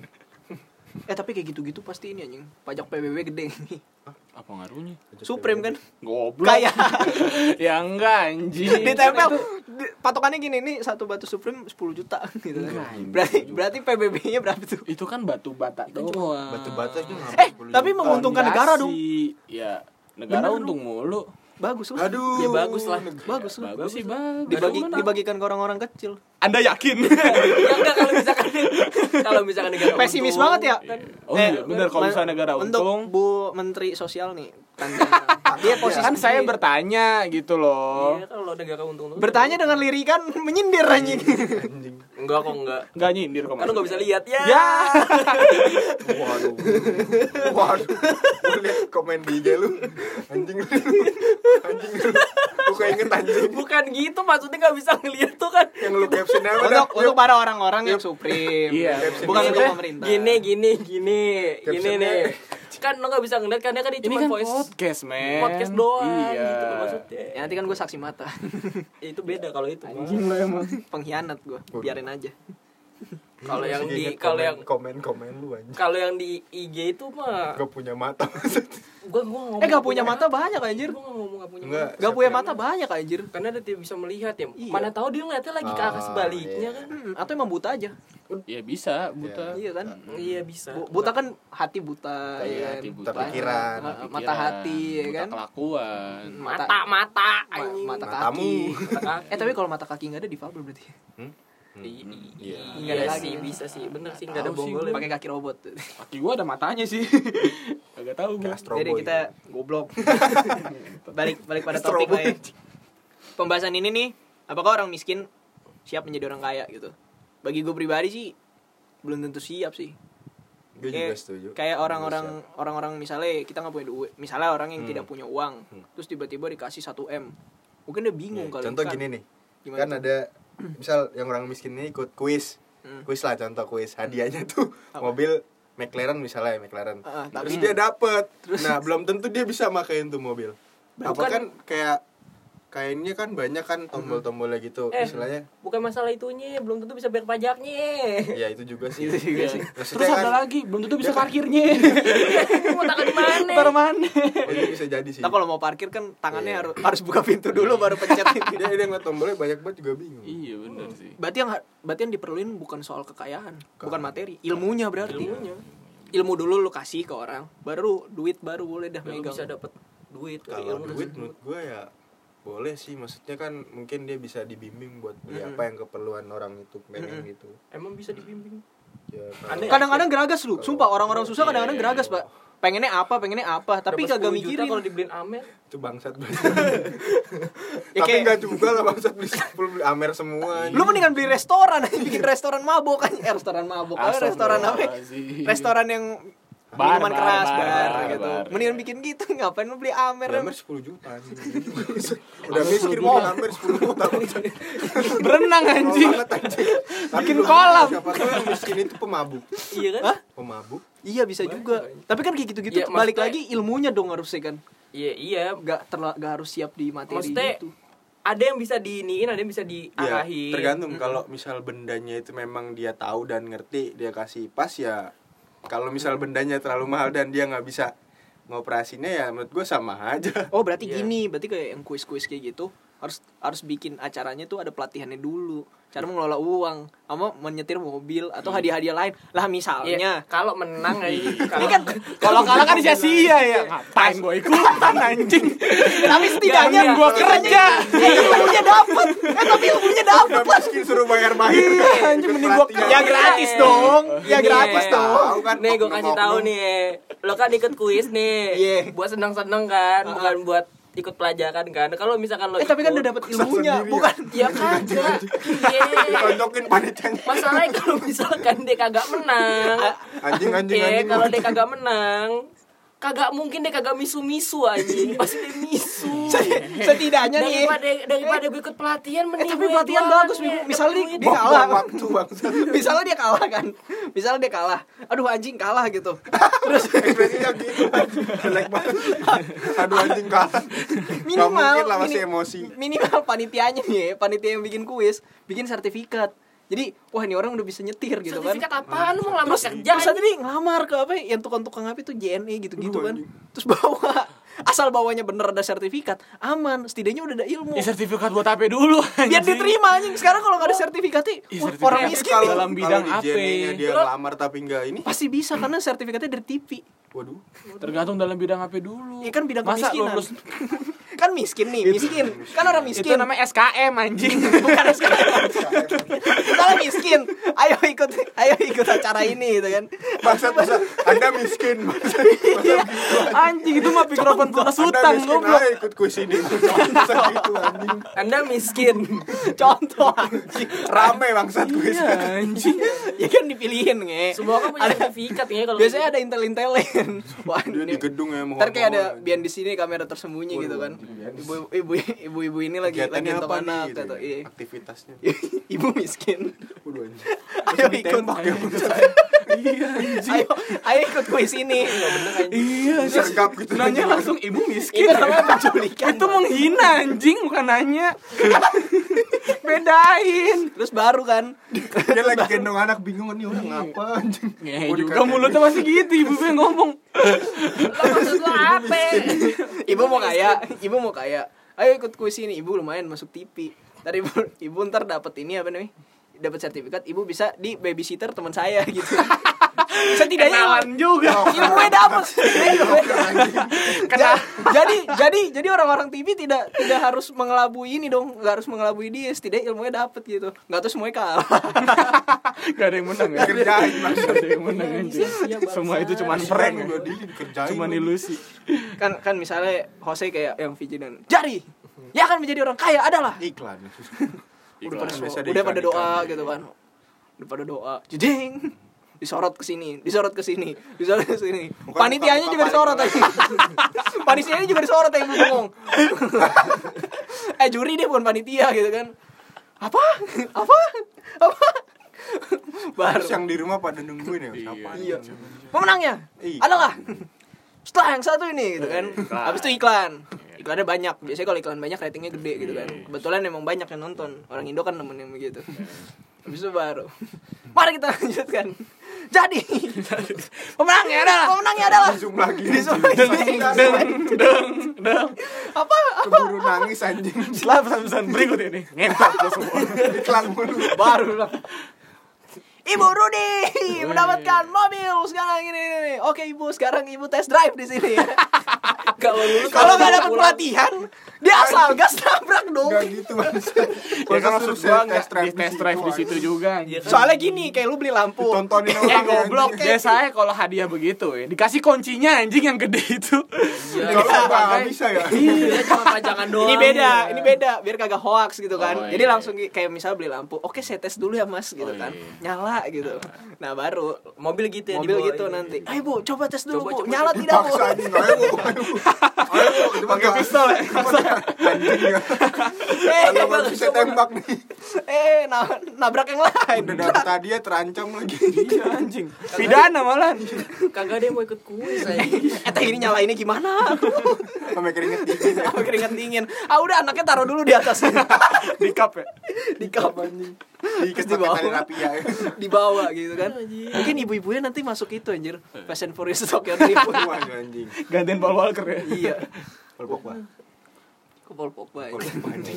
Tapi kayak gitu-gitu pasti ini anjing. Pajak PBB gede. Apa ngaruhnya? Supreme kan. Goblok. Kayak Ya enggak anjing. ditempel patokannya gini nih, satu batu Supreme 10 juta gitu kan. Berarti PBB-nya berapa tuh? Itu kan batu bata doang. Batu bata itu Tapi menguntungkan negara dong. Ya, negara Bener untung mulu. Bagus lah. Aduh. Ya bagus lah. Bagus lah. Bagus sih, bagus. Dibagikan ke orang-orang kecil. Anda yakin? Ya enggak, kalau misalkan negara Pesimis untung, banget ya. kan Oh iya, benar kalau misalnya negara Untuk untung. Bu Menteri Sosial nih. Dia posisi Kan saya bertanya gitu loh. iya kalau negara untung tuh. bertanya dengan lirikan menyindir anjing. Anjing. Enggak kok enggak. Enggak nyindir kok. Kan lu enggak bisa lihat ya. Ya. Waduh. Waduh. Lu lihat komen di IG lu. Anjing lu. Anjing lu. Lu kayak inget anjing. Bukan gitu, maksudnya enggak bisa ngelihat tuh kan. Yang lu caption apa dah? Untuk para orang-orang yang Supreme. Iya. Bukan Gini, untuk pemerintah. Gini Captionnya. nih. Kan lo enggak bisa ngeliat kan, dia kan Ini cuma kan voice podcast, men. podcast doang Iya. gitu loh maksudnya. Ya nanti kan gue saksi mata. Itu beda kalau itu. Anjing lo emang. Pengkhianat gue. Biarin aja. Kalau yang di Inget kalau yang komen lu anjing. kalau yang di IG itu mah Gak punya mata. gua ngomong Gak punya mata banyak anjir. Gua ngomong gak punya Enggak. mata. Gak punya mata banyak anjir. Karena dia tidak bisa melihat ya. Iya. Mana tahu dia ngeliatnya lagi ke arah sebaliknya kan. Atau emang buta aja. Ya bisa, buta. Iya kan. Iya bisa. Buta kan hati buta, ya kan? hati buta. Buta pikiran. Mata hati, ya buta kan? kelakuan. Mata anjing. Mata Matamu. kaki. Mata kaki. Tapi kalau mata kaki nggak ada difabel berarti. Iya. Iya Nggak ada sih, lagi. bisa sih, bener sih, nggak ada Tahu sih bonggol. Pakai kaki robot. Kaki gua ada matanya sih. Kagak tahu gua. Astro Jadi Boy. kita goblok. balik pada topik lah ya. Pembahasan ini nih, apakah orang miskin siap menjadi orang kaya gitu? Bagi gue pribadi sih belum tentu siap sih. Gue juga setuju. Kayak orang-orang misalnya kita nggak punya duit, misalnya orang yang tidak punya uang, terus tiba-tiba dikasih 1 M, mungkin dia bingung kali. Contoh kan. gini nih. Gimana Kan tuh? ada misal yang orang miskin ini ikut kuis. Kuis lah, contoh kuis. Hadiahnya tuh mobil McLaren misalnya, McLaren. Terus dia dapet. Nah, belum tentu dia bisa makain tuh mobil. Apa Bukan- kan kainnya kan banyak kan tombol-tombolnya gitu. Istilahnya Bukan masalah itunya, belum tentu bisa bayar pajaknya. ya itu juga sih. Itu juga sih. Terus Maksudnya ada kan lagi, belum tentu bisa parkirnya. Mau taruh di mana? Taruh mana? itu bisa jadi sih. Nah kalau mau parkir kan tangannya Iya. harus buka pintu dulu baru pencet. Dia ngeliat tombolnya banyak banget juga bingung. Iya benar sih. Berarti yang diperluin bukan soal kekayaan, bukan materi, ilmunya berarti. Ilmunya. Ilmu dulu lu kasih ke orang, baru duit baru boleh dah Lu megang. bisa dapat duit dari Kalau ilmu duit tersebut. menurut gue ya boleh sih, maksudnya kan mungkin dia bisa dibimbing buat beli apa yang keperluan orang itu pengen gitu. Emang bisa dibimbing. Ya, Aneh. Kadang-kadang geragas lu, sumpah orang-orang susah kadang-kadang geragas, Pak. pengennya apa, tapi Dapat kagak 10 juta mikirin. kalau dibeliin Amer. Itu bangsat banget. Ya Tapi kayak- enggak juga lah bangsat beli Amer semua. Lu mendingan beli restoran, bikin restoran mabok kan. Restoran mabok. Restoran apa? Restoran yang Bar, minuman bar, keras, bar, bar, bar, gitu. bar. Mendingan bikin gitu, ngapain lu beli Amer? Amer 10 juta anjing. Udah miskin beli Amer 10 juta. Berenang anjing. Banget, anjing. Tapi Bikin belum kolam. Siapa tahu yang miskin itu pemabuk. Iya kan? Hah? Pemabuk. Iya bisa juga. Tapi kan kayak gitu-gitu Iya, balik maksudnya- lagi ilmunya dong harusnya kan. Iya. Gak harus siap di materi Maksudnya gitu. ada yang bisa diiniin, ada yang bisa Ya, diarahin. tergantung kalau misal bendanya itu memang dia tahu dan ngerti, dia kasih pas ya. Kalau misal bendanya terlalu mahal dan dia nggak bisa ngoperasinya ya menurut gue sama aja. Oh berarti Iya. gini, berarti kayak yang kuis-kuis kayak gitu harus bikin acaranya tuh ada pelatihannya dulu. Cara mengelola uang, sama menyetir mobil atau hadiah-hadiah lain. Lah misalnya, Iya, kalau menang aja. ini kan Kalau kalah kan sia-sia ya. Ngapain gue ikutan anjing? tapi setidaknya Mending gua kerja. ilmunya dapat. Tapi ilmunya dapat. Udah miskin suruh bayar-bayar. Iya, anjing, mending gua Pelatihan. Ya gratis dong. Ya Nih, gratis dong. Tahu kan, Nih gue kasih tahu oknum-oknum. nih, lo kan ikut kuis nih, Iya. buat seneng-seneng kan, bukan buat ikut pelajaran kan. Kalau misalkan lo Tapi kan ikut- udah dapat ilmunya, sendiri bukan? ya kagak. Iya. Ditonjokin panitianya. Masalahnya kalau misalkan dia kagak menang, Anjing. kalau dia kagak menang, kagak mungkin dia kagak misu-misu anjing. Pasti dia misu. Setidaknya nih. Daripada gue ikut pelatihan mending Tapi gue pelatihan jualan bagus, ya, Mimu. dapet Misalnya duit. dia kalah. Waktu bangsa. Misalnya dia kalah kan. Misalnya dia kalah. Aduh anjing kalah gitu. Terus Ekspresinya gitu. Jelek banget. Aduh anjing kalah. Nggak mungkin lah masih emosi. Minimal panitianya nih, panitia yang bikin kuis, bikin sertifikat. Jadi, wah ini orang udah bisa nyetir gitu kan. Sertifikat apaan lu mau ngelamar Terus kerja? terus tadi ngelamar ke apa yang tukang-tukang apa itu JNE gitu-gitu Aduh, kan. anjing. Terus bawa asal bawanya bener ada sertifikat, aman, setidaknya udah ada ilmu. Ya sertifikat buat apa dulu anjing? Biar diterima anjing. Sekarang kalau nggak ada sertifikatnya, sertifikat. orang Tapi miskin Kalau dalam bidang di apa? JNE-nya dia ngelamar tapi enggak ini. pasti bisa karena sertifikatnya dari TV. Waduh. Tergantung dalam bidang apa dulu. Iya kan bidang Masa kemiskinan. lulus Kan miskin nih, miskin. Kan orang itu miskin. namanya SKM anjing. Bukan sekarang. Misalnya miskin, ayo ikut acara ini gitu kan. Bangsat masa Anda miskin. Bangsat. Anjing itu mah mikrofon bekas Anda hutang miskin goblok. aja ikut kuis ini. Masa gitu anjing. Anda miskin. Contoh anjing. Rame bangsat kuis. Iya anjing. Ya kan dipilihin nge. Semua kan punya sertifikat ya kalau Biasanya ada intel-intelen. Wah, Dia di gedung ya mau ntar kayak ada ngomong. biar di sini kamera tersembunyi gitu kan. Ibu-ibu ini lagi Kegiatannya nonton apa anak nih? Gitu. atau iya. Aktivitasnya. Ibu miskin. Waduh anjing. Ayo ikut. Ditembak ya. Iya anjing. Ayo ikut kuis ini. Iya anjing. Sergap gitu. Nanya langsung ibu miskin. Itu namanya penculikan. Itu menghina anjing bukan nanya. Bedain. Terus baru kan. Dia lagi gendong anak bingung nih orang apa anjing. Ya Mau juga dikatain. mulutnya masih gitu ibu gue ngomong. Lo maksud lo apa? Ibu mau kaya. Ayo ikut kuis ini. Ibu lumayan masuk TV. Ntar ibu ntar dapat ini apa namanya? Dapat sertifikat, ibu bisa di babysitter teman saya gitu. Setidaknya Kenalan juga. ilmunya dapat. Jadi orang-orang TV tidak harus mengelabui ini dong, nggak harus mengelabui dia, setidaknya ilmunya dapat gitu. Nggak tuh semuanya kalah. Gak ada yang menang ya. Kerjain Gak ada yang menang anjing. Semua itu cuman prank. udah dikerjain. Cuman ilusi. Kan misalnya Jose kayak yang Vijinan. Jadi, ya akan menjadi orang kaya adalah. Iklan. Udah pada, Biasa ada udah pada doa iklan-iklan. gitu kan. Udah pada doa. Jeding. Disorot ke sini. Panitianya juga disorot aja. Panitianya juga disorot aja ngomong. Juri deh bukan panitia gitu kan. Apa? Baru Terus yang di rumah pada nungguin ya siapa? Iya. Pemenangnya Iya. adalah setelah yang satu ini gitu kan. Habis itu iklan. Iklannya banyak. Biasanya kalau iklan banyak ratingnya gede gitu kan. Kebetulan emang banyak yang nonton. Orang Indo kan nemen yang begitu. Habis itu baru. Mari kita lanjutkan. Jadi pemenangnya adalah Zoom lagi. apa? Keburu nangis anjing. Setelah pesan-pesan berikut ini ngentot lo semua. Iklan mulu. Baru lah. Ibu Rudi mendapatkan mobil sekarang ini. Oke Ibu, sekarang Ibu test drive di sini. Kalau nggak dapat pelatihan, dia asal gas nabrak dong. Enggak gitu Mas. Ya kan maksud gua nggak di test drive di situ juga. Soalnya gini, kayak lu beli lampu. Tontonin orang Goblok. Biasanya kalau hadiah begitu ya dikasih kuncinya anjing yang gede itu. Kalau enggak bisa ya. Iya, cuma pajangan doang. Ini beda, biar kagak hoax gitu kan. Oh, Jadi iya. langsung kayak misal beli lampu, oke saya tes dulu ya Mas gitu Oh, kan. iya. Nyala gitu. Nah, baru Mobil gitu ya mobil dibawa gitu ini. nanti. Ayo Bu, coba tes dulu Coba, Bu. coba, Nyala coba. tidak Bu? Paksa anjing. Ayo Bu, itu pakai pistol ya. Anjing ya. Kalau baru bisa tembak nih. Nabrak yang lain. Udah dapet hadiah terancam lagi. Iya anjing. Pidana malah. Kagak ada yang mau ikut kuis saya. Ini nyalainnya gimana? Sampai keringet dingin. Apa keringat dingin? Udah anaknya taruh dulu di atas. Di cup ya. Di kap anjing. Diikat Di bawah. pakai tali rapi ya. Dibawa gitu kan. Mungkin ibu-ibunya nanti masuk itu anjir. Fast and Furious Tokyo Drift. Wah, anjing. Gantiin Paul Walker ya. Iya. Paul Pogba. Ke Paul Pogba. Paul anjing. Pogba anjing.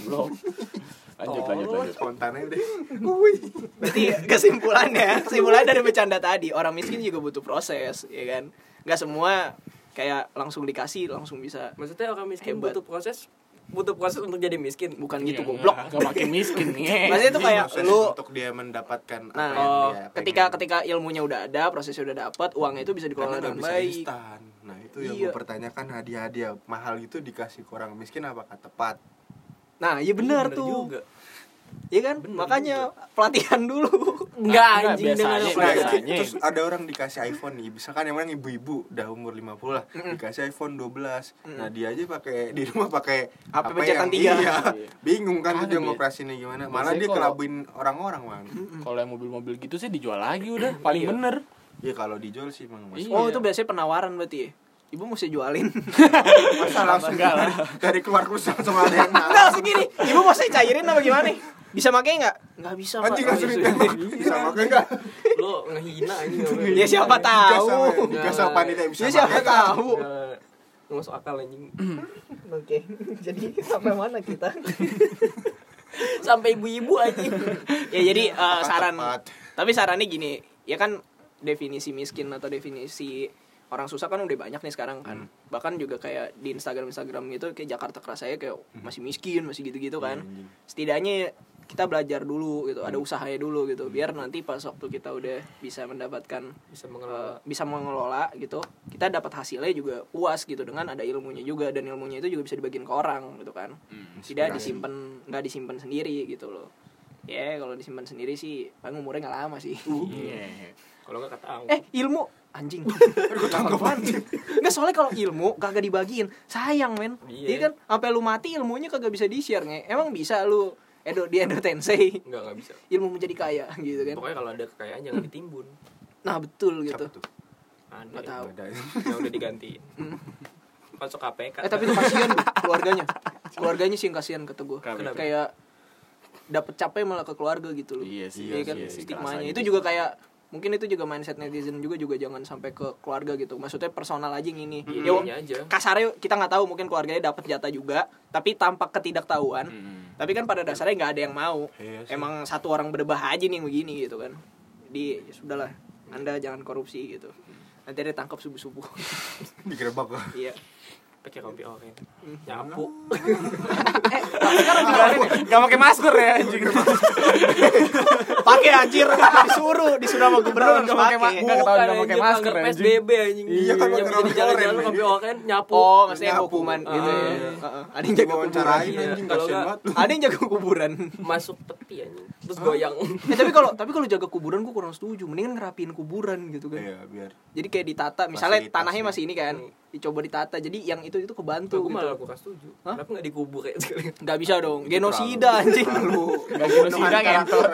Lanjut. Spontan aja deh. Berarti kesimpulannya dari bercanda tadi, orang miskin juga butuh proses, ya kan? Nggak semua kayak langsung dikasih langsung bisa. Maksudnya orang miskin Hebat. butuh proses untuk jadi miskin. Bukan gitu Iya, goblok. Gak pakai miskin nih. Maksudnya itu kayak Proses lu untuk dia mendapatkan apa nah, yang dia pengen. ketika ilmunya udah ada, prosesnya udah dapat, uangnya itu bisa dikelola Karena nggak dengan bisa baik. instan. Nah itu yang Iya. gue pertanyakan, hadiah-hadiah mahal gitu dikasih ke orang miskin apakah tepat? Nah, iya benar Bener tuh. juga. Iya kan? Makanya pelatihan dulu. Enggak anjing dengan biasanya. apa Nah, Biasanya. terus ada orang dikasih iPhone nih, misalkan yang orang ibu-ibu udah umur 50 lah, dikasih iPhone 12. Nah, dia aja pakai di rumah pakai HP apa pencetan yang 3. iya. Bingung kan tuh Kagak dia dia. ngoperasinya gimana. Malah Biasanya dia kalau- kelabuin orang-orang, Bang. Kalau yang mobil-mobil gitu sih dijual lagi udah. Paling Iya. bener. Iya, kalau dijual sih emang masuk. Oh, Iya. itu biasanya penawaran berarti ya. Ibu mesti jualin. Masa langsung Enggak lah. dari keluar kursi langsung ada yang Enggak langsung gini. Ibu mau saya cairin apa gimana? Bisa pakai enggak? Enggak bisa, Pak. anjing langsung ditembak. Bisa pakai enggak? Lo ngehina ini. Ya siapa tahu. Digas sama panitia bisa Ya siapa pakai nggak? tahu. Nggak masuk akal anjing. Oke. Jadi sampai mana kita? Sampai ibu-ibu anjing. Ya jadi Apakah saran. tepat? Tapi sarannya gini, ya kan definisi miskin atau definisi orang susah kan udah banyak nih sekarang kan. Bahkan juga kayak di Instagram gitu kayak Jakarta Kerasanya kayak masih miskin, masih gitu-gitu kan. Setidaknya kita belajar dulu gitu, ada usahanya dulu gitu. Biar nanti pas waktu kita udah bisa mendapatkan bisa mengelola gitu, kita dapat hasilnya juga puas gitu dengan ada ilmunya juga, dan ilmunya itu juga bisa dibagiin ke orang gitu kan. Tidak nggak disimpan sendiri gitu loh. Ya kalau disimpan sendiri sih paling umurnya nggak lama sih. Iya. Kalau nggak kata aku. Ilmu anjing. Nggak, soalnya kalau ilmu kagak dibagiin sayang men. Iya. Iya kan, sampai lu mati ilmunya kagak bisa di-share nge. Emang bisa lu di Edo Tensei Nggak bisa. ilmu menjadi kaya gitu kan. Pokoknya kalau ada kekayaan jangan ditimbun. Nah betul gitu. Siapa tuh? Ada Nggak tahu. Ada. yang udah digantiin. Masuk KPK. Tapi itu kasihan Bu, keluarganya sih yang kasihan kata gue. Kenapa? Kayak dapet capek malah ke keluarga gitu loh. Iya sih, Iya kan, iya sih, stigmanya kerasa itu gitu. juga kayak mungkin itu juga mindset netizen juga jangan sampai ke keluarga gitu. Maksudnya personal aja yang ini. Ya, Ini aja. kasarnya kita nggak tahu, mungkin keluarganya dapat jatah juga, tapi tampak ketidaktahuan. Tapi kan pada dasarnya nggak ada yang mau. Iya sih. Emang satu orang berdebah aja nih yang begini gitu kan. Jadi ya sudahlah, Anda jangan korupsi gitu. Nanti dia tangkap subuh-subuh. Digerebek. Iya. Pakai kopi oke. Nyapu. Gak pakai masker ya anjing. Pakai anjir, disuruh sama gubernur Nggak pakai pakai. Nggak ketahuan nggak pakai masker, anjing. anjing. PSBB anjing. Iya, kan yang pakai di jalan-jalan oren. kopi oke nyapu. Oh, maksudnya Nyapu. hukuman gitu ya. Ah. Ada yang jaga kuburan. Wawancarain Iya. anjing, Kalau kasihan nggak- banget lu. Ada yang jaga kuburan. Masuk peti anjing. Terus goyang. Tapi kalau jaga kuburan gue kurang setuju. Mendingan ngerapiin kuburan gitu kan. Iya, biar Jadi kayak ditata, misalnya Fasilitas tanahnya ya. masih ini kan, dicoba ditata. Jadi yang itu kebantu Gue gitu. malah kurang setuju. Hah? Kenapa nggak dikubur kayak sekali? Nggak bisa dong, genosida anjing. Gak genosida ngentot.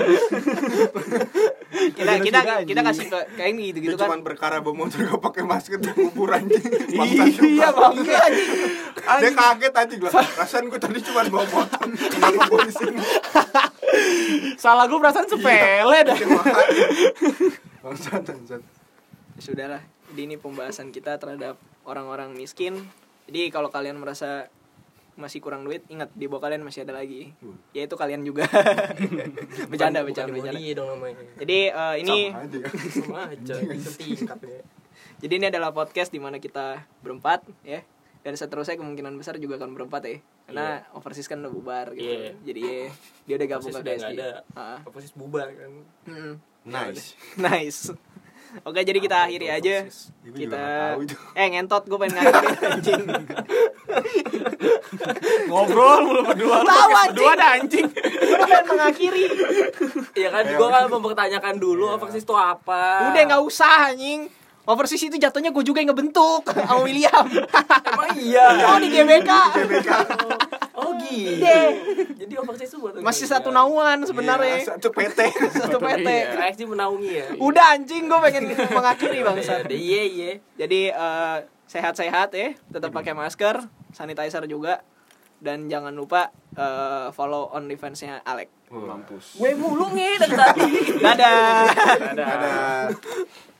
Kita kasih kayak ini gitu Dia kan. cuman perkara bawa motor gak pakai masker di kuburan gitu. Iya bangke anjing. Dia kaget anjing lah. Rasaan gue tadi cuma bawa motor. Kenapa gue di sini? Salah gue perasaan sepele dah. Bangsat. Ya sudahlah, jadi ini pembahasan kita terhadap orang-orang miskin. Jadi kalau kalian merasa masih kurang duit, ingat di bawah kalian masih ada lagi. Yaitu kalian juga. Bercanda. Iya dong namanya. Jadi ini Sama aja kan. Sama aja setingkatnya. jadi ini adalah podcast di mana kita berempat ya. Dan seterusnya kemungkinan besar juga akan berempat ya. Karena Overseas kan udah bubar gitu. Iya. Jadi ya, dia udah gabung Proses ke udah KSD. nggak ada. Overseas bubar kan. Nice. Nice. Oke, jadi kita akhiri aja. Ibu juga Kita nggak tahu itu. ngentot gue pengen ngakhirin anjing. Ngobrol mulu berdua. Tahu, anjing. Berdua ada anjing. Gue pengen mengakhiri. Iya kan, gue kan mempertanyakan dulu Overseas itu apa. Udah enggak usah anjing. Overseas itu jatuhnya gue juga yang ngebentuk sama William. Emang iya. Oh di GBK. Oh gitu. Iya. Jadi Overseas itu buat Masih satu naungan sebenarnya. Iya, satu PT. Satu PT. KXD menaungi ya. Udah anjing, gue pengen mengakhiri bangsat. Iya. Jadi sehat-sehat ya, tetap pakai masker, sanitizer juga, dan jangan lupa follow OnlyFans-nya Alek. Mampus. Gue mulu nih dari tadi. Dadah. Ada.